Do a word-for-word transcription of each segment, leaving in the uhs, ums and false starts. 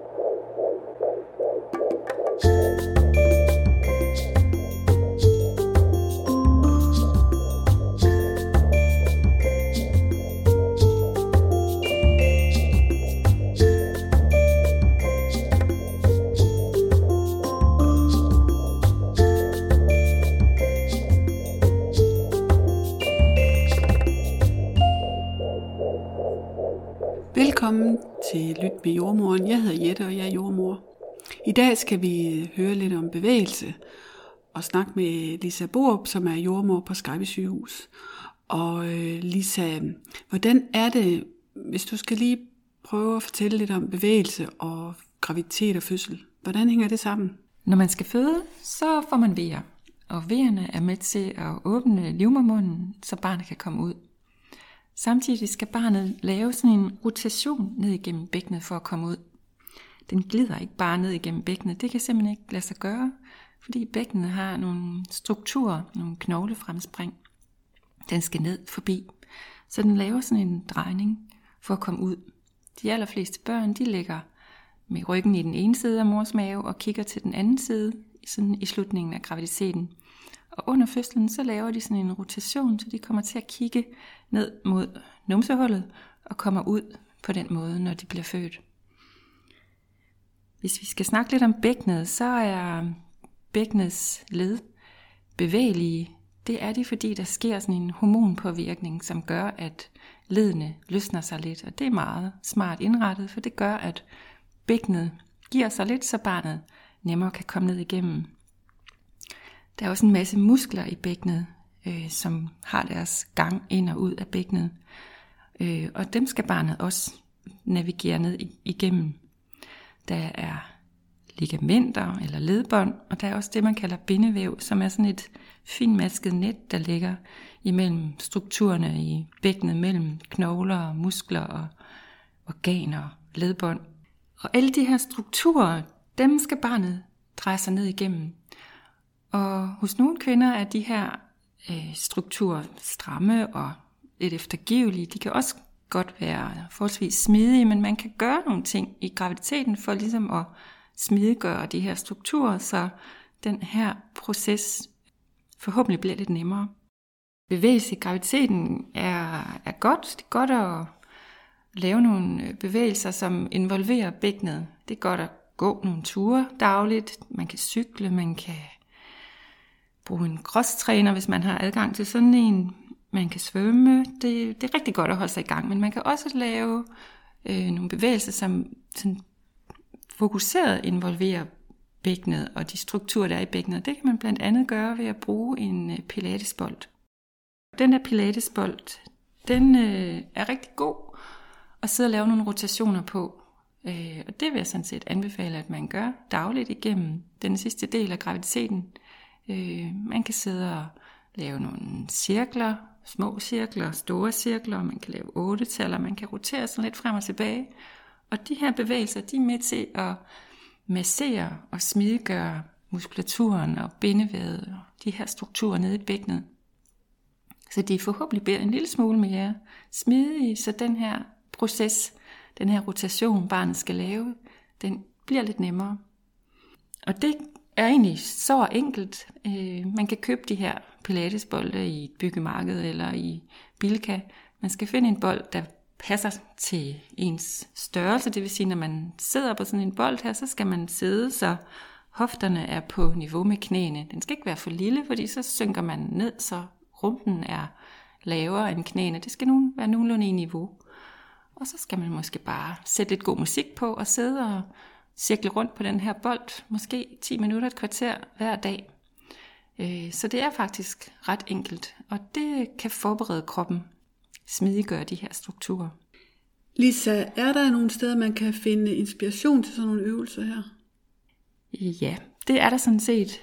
Velkommen til Lyt med Jordmoren. Jeg hedder Jette, og jeg er jordmor. I dag skal vi høre lidt om bevægelse og snakke med Lisa Borup, som er jordmor på Skejby Sygehus. Og Lisa, hvordan er det, hvis du skal lige prøve at fortælle lidt om bevægelse og graviditet og fødsel? Hvordan hænger det sammen? Når man skal føde, så får man vejer, og vejerne er med til at åbne livmodermunden, så barnet kan komme ud. Samtidig skal barnet lave sådan en rotation ned igennem bækkenet for at komme ud. Den glider ikke bare ned igennem bækkenet. Det kan simpelthen ikke lade sig gøre, fordi bækkenet har nogle strukturer, nogle knoglefremspring. Den skal ned forbi. Så den laver sådan en drejning for at komme ud. De allerfleste børn, de ligger med ryggen i den ene side af mors mave og kigger til den anden side sådan i slutningen af graviditeten. Og under fødslen, så laver de sådan en rotation, så de kommer til at kigge ned mod numsehullet og kommer ud på den måde, når de bliver født. Hvis vi skal snakke lidt om bækkenet, så er bækkenets led bevægelige. Det er de, fordi der sker sådan en hormonpåvirkning, som gør, at ledene løsner sig lidt. Og det er meget smart indrettet, for det gør, at bækkenet giver sig lidt, så barnet nemmere kan komme ned igennem. Der er også en masse muskler i bækkenet, øh, som har deres gang ind og ud af bækkenet. Øh, og dem skal barnet også navigere ned igennem. Der er ligamenter eller ledbånd, og der er også det, man kalder bindevæv, som er sådan et finmasket net, der ligger imellem strukturerne i bækkenet, mellem knogler og muskler og organer og ledbånd. Og alle de her strukturer, dem skal barnet dreje sig ned igennem. Og hos nogle kvinder er de her øh, strukturer stramme og lidt eftergivelige. De kan også godt være forholdsvis smidige, men man kan gøre nogle ting i graviditeten for ligesom at smidiggøre de her strukturer, så den her proces forhåbentlig bliver lidt nemmere. Bevægelse i graviditeten er, er godt. Det er godt at lave nogle bevægelser, som involverer bækkenet. Det er godt at gå nogle ture dagligt. Man kan cykle, man kan bruge en crosstræner, hvis man har adgang til sådan en. Man kan svømme. Det, det er rigtig godt at holde sig i gang, men man kan også lave øh, nogle bevægelser, som sådan fokuseret involverer bækkenet og de strukturer, der er i bækkenet. Det kan man blandt andet gøre ved at bruge en pilatesbold. Den her pilatesbold, den øh, er rigtig god at sidde og lave nogle rotationer på. Øh, og det vil jeg sådan set anbefale, at man gør dagligt igennem den sidste del af graviditeten. Øh, man kan sidde og lave nogle cirkler, små cirkler, store cirkler, man kan lave otte-taller, man kan rotere sådan lidt frem og tilbage. Og de her bevægelser, de er med til at massere og smidiggøre muskulaturen og bindevævet og de her strukturer nede i bækkenet. Så de forhåbentlig bliver en lille smule mere smidige, så den her proces, den her rotation, barnet skal lave, den bliver lidt nemmere. Og det er egentlig så enkelt. Man kan købe de her pilatesbolde i et byggemarked eller i Bilka. Man skal finde en bold, der passer til ens størrelse. Det vil sige, når man sidder på sådan en bold her, så skal man sidde, så hofterne er på niveau med knæene. Den skal ikke være for lille, fordi så synker man ned, så rumpen er lavere end knæene. Det skal nu være nogenlunde i niveau. Og så skal man måske bare sætte lidt god musik på og sidde og cirkle rundt på den her bold, måske ti minutter, et kvarter hver dag. Så det er faktisk ret enkelt, og det kan forberede kroppen, smidiggøre de her strukturer. Lisa, er der nogle steder, man kan finde inspiration til sådan nogle øvelser her? Ja, det er der sådan set.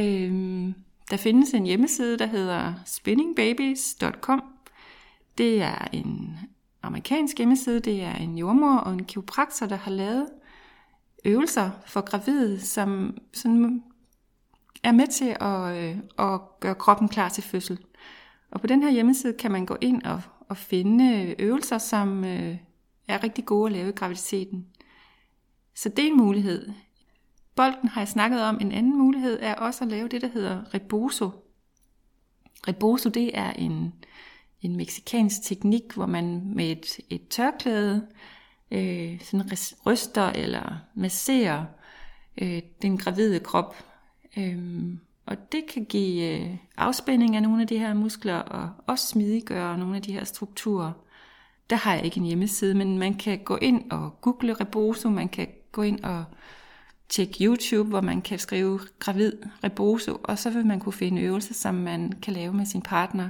Der findes en hjemmeside, der hedder spinning babies punktum com. Det er en amerikansk hjemmeside, det er en jordmor og en kiropraktor, der har lavet øvelser for gravide, som, som er med til at, øh, at gøre kroppen klar til fødsel. Og på den her hjemmeside kan man gå ind og, og finde øvelser, som øh, er rigtig gode at lave i graviditeten. Så det er en mulighed. Bolden har jeg snakket om. En anden mulighed er også at lave det, der hedder rebozo. Rebozo, det er en, en mexikansk teknik, hvor man med et, et tørklæde øh, sådan ryster eller masserer øh, den gravide krop. Øh, og det kan give øh, afspænding af nogle af de her muskler, og også smidiggøre nogle af de her strukturer. Der har jeg ikke en hjemmeside, men man kan gå ind og google rebozo, man kan gå ind og tjekke YouTube, hvor man kan skrive gravid rebozo, og så vil man kunne finde øvelser, som man kan lave med sin partner.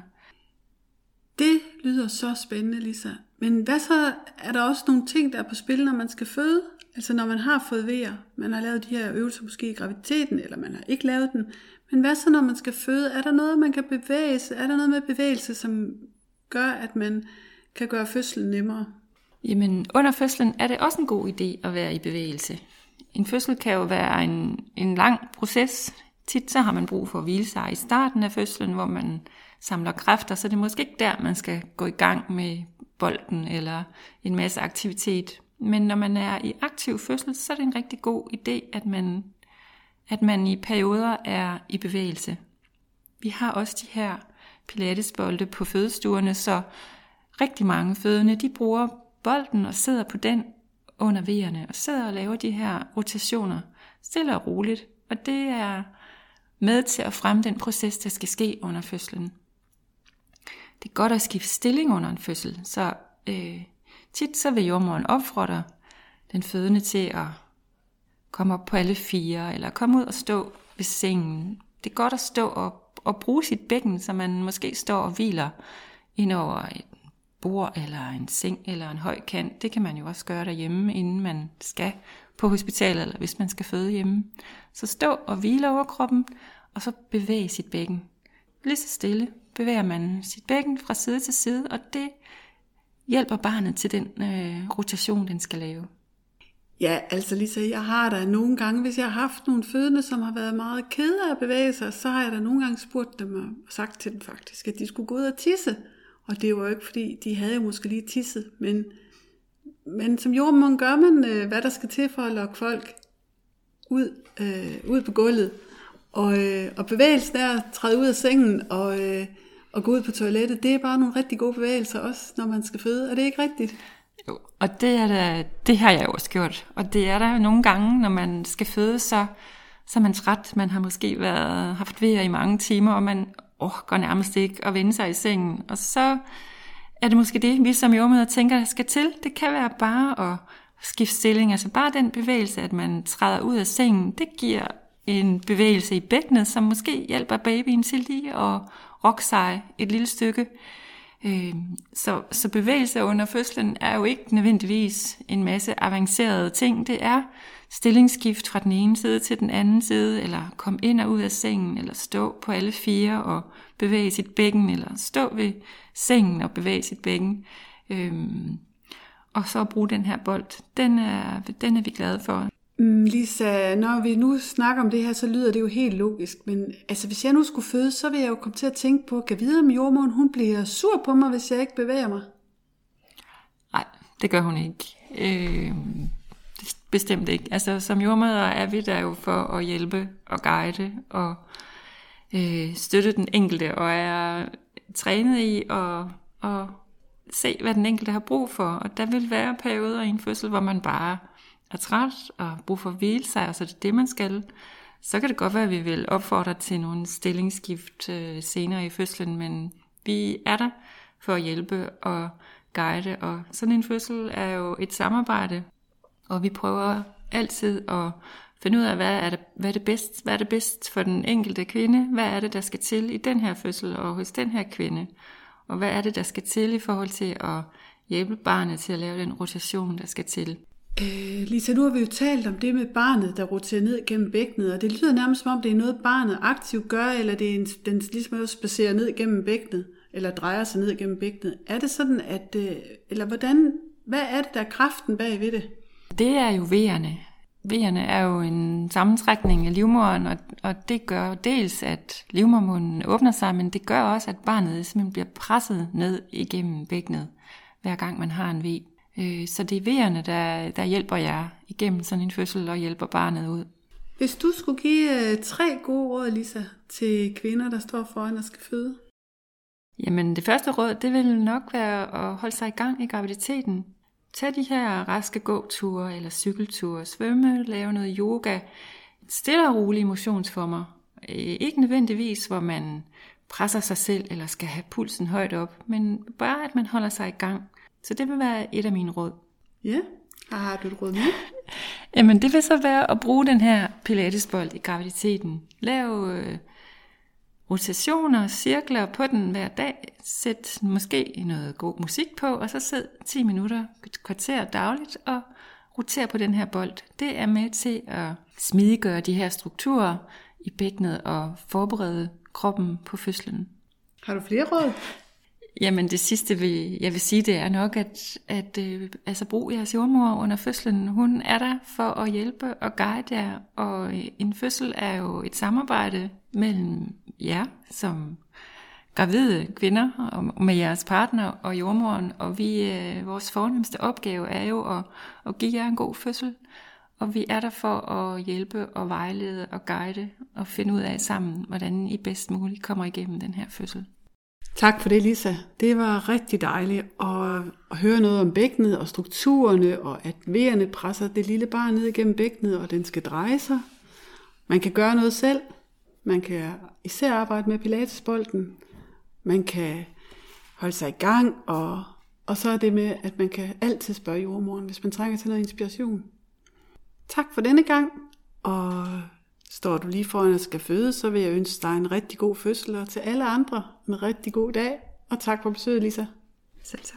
Det lyder så spændende, Lisa. Men hvad så, er der også nogle ting, der er på spil, når man skal føde? Altså når man har fået vejer, man har lavet de her øvelser måske i graviditeten, eller man har ikke lavet den. Men hvad så, når man skal føde? Er der noget, man kan bevæge sig? Er der noget med bevægelse, som gør, at man kan gøre fødslen nemmere? Jamen, under fødslen er det også en god idé at være i bevægelse. En fødsel kan jo være en, en lang proces. Tit så har man brug for at hvile sig i starten af fødslen, hvor man samler kræfter, så det er måske ikke der, man skal gå i gang med bolden eller en masse aktivitet. Men når man er i aktiv fødsel, så er det en rigtig god idé, at man, at man i perioder er i bevægelse. Vi har også de her pilatesbolde på fødestuerne, så rigtig mange fødende, de bruger bolden og sidder på den under vejerne og sidder og laver de her rotationer stille og roligt. Og det er med til at fremme den proces, der skal ske under fødslen. Det er godt at skifte stilling under en fødsel, så øh, tit så vil jordmoren opfordre den fødende til at komme op på alle fire, eller komme ud og stå ved sengen. Det er godt at stå og, og bruge sit bækken, så man måske står og hviler ind over et bord, eller en seng, eller en høj kant. Det kan man jo også gøre derhjemme, inden man skal på hospitalet, eller hvis man skal føde hjemme. Så stå og hvile over kroppen, og så bevæge sit bækken. Lige så stille bevæger man sit bækken fra side til side, og det hjælper barnet til den øh, rotation, den skal lave. Ja, altså Lisa, jeg har da nogle gange, hvis jeg har haft nogle fødende, som har været meget kede af at bevæge sig, så har jeg da nogle gange spurgt dem og sagt til dem faktisk, at de skulle gå ud og tisse. Og det var jo ikke, fordi de havde jo måske lige tisset, men, men som jordmor gør man, øh, hvad der skal til for at lokke folk ud, øh, ud på gulvet. Og, øh, og bevægelsen er at træde ud af sengen og, øh, og gå ud på toilettet. Det er bare nogle rigtig gode bevægelser også, når man skal føde. Er det ikke rigtigt? Jo, og det, er da, det har jeg også gjort. Og det er der jo nogle gange, når man skal føde, så, så er man træt. Man har måske været, haft vejer i mange timer, og man åh, går nærmest ikke at vende sig i sengen. Og så er det måske det, vi som jordmødre tænker, der skal til. Det kan være bare at skifte stilling. Altså bare den bevægelse, at man træder ud af sengen, det giver en bevægelse i bækkenet, som måske hjælper babyen til lige at rokke sig et lille stykke. Så, så bevægelse under fødslen er jo ikke nødvendigvis en masse avancerede ting. Det er stillingsskift fra den ene side til den anden side, eller komme ind og ud af sengen, eller stå på alle fire og bevæge sit bækken, eller stå ved sengen og bevæge sit bækken. Øhm, og så bruge den her bold. Den er, den er vi glade for. Mm, Lisa, når vi nu snakker om det her, så lyder det jo helt logisk. Men altså, hvis jeg nu skulle føde, så vil jeg jo komme til at tænke på, kan vide om jordmoren, hun bliver sur på mig, hvis jeg ikke bevæger mig? Nej, det gør hun ikke. Øh, bestemt ikke. Altså, som jordmødre er vi der jo for at hjælpe og guide og øh, støtte den enkelte, og er trænet i at, at se, hvad den enkelte har brug for. Og der vil være perioder i en fødsel, hvor man bare er træt og har brug for at hvile sig, og så er det det, man skal. Så kan det godt være, at vi vil opfordre til nogle stillingsskift øh, senere i fødslen, men vi er der for at hjælpe og guide, og sådan en fødsel er jo et samarbejde, og vi prøver altid at finde ud af, hvad er det, hvad er det bedst, hvad er det bedst for den enkelte kvinde, hvad er det, der skal til i den her fødsel og hos den her kvinde, og hvad er det, der skal til i forhold til at hjælpe barnet til at lave den rotation, der skal til. Øh, Lisa, nu har vi jo talt om det med barnet, der roterer ned gennem bækkenet, og det lyder nærmest som om, det er noget, barnet aktivt gør, eller det er en, den ligesom også spacerer ned gennem bækkenet, eller drejer sig ned gennem bækkenet. Er det sådan, at, øh, eller hvordan, hvad er det, der er kraften bag ved det? Det er jo vejerne. Vejerne er jo en sammentrækning af livmoderen, og, og det gør dels, at livmodermunden åbner sig, men det gør også, at barnet simpelthen bliver presset ned igennem bækkenet, hver gang man har en ve. Øh, så det er V'erne, der, der hjælper jer igennem sådan en fødsel og hjælper barnet ud. Hvis du skulle give øh, tre gode råd, Lisa, til kvinder, der står foran og skal føde? Jamen det første råd, det vil nok være at holde sig i gang i graviditeten. Tag de her raske gåture eller cykelture, svømme, lave noget yoga, stille og rolige motionsformer. Ikke nødvendigvis, hvor man presser sig selv eller skal have pulsen højt op, men bare at man holder sig i gang. Så det vil være et af mine råd. Ja, og har du et råd mere? Jamen det vil så være at bruge den her pilatesbold i graviditeten. Lav øh, rotationer, cirkler på den hver dag. Sæt måske noget god musik på, og så sid ti minutter, et kvarter dagligt og roter på den her bold. Det er med til at smidiggøre de her strukturer i bækkenet og forberede kroppen på fødslen. Har du flere råd? Jamen det sidste, vil, jeg vil sige, det er nok, at, at øh, altså, brug jeres jordmor under fødslen. Hun er der for at hjælpe og guide jer, og en fødsel er jo et samarbejde mellem jer som gravide kvinder og med jeres partner og jordmoren, og vi, øh, vores fornemmeste opgave er jo at, at give jer en god fødsel, og vi er der for at hjælpe og vejlede og guide og finde ud af sammen, hvordan I bedst muligt kommer igennem den her fødsel. Tak for det, Lisa. Det var rigtig dejligt at, at høre noget om bækkenet og strukturerne, og at V'erne presser det lille barn ned igennem bækkenet, og den skal dreje sig. Man kan gøre noget selv. Man kan især arbejde med pilatesbolden. Man kan holde sig i gang, og, og så er det med, at man kan altid spørge jordmoren, hvis man trænger til noget inspiration. Tak for denne gang, og står du lige foran og skal føde, så vil jeg ønske dig en rigtig god fødsel, og til alle andre en rigtig god dag, og tak for besøget, Lisa. Selv tak.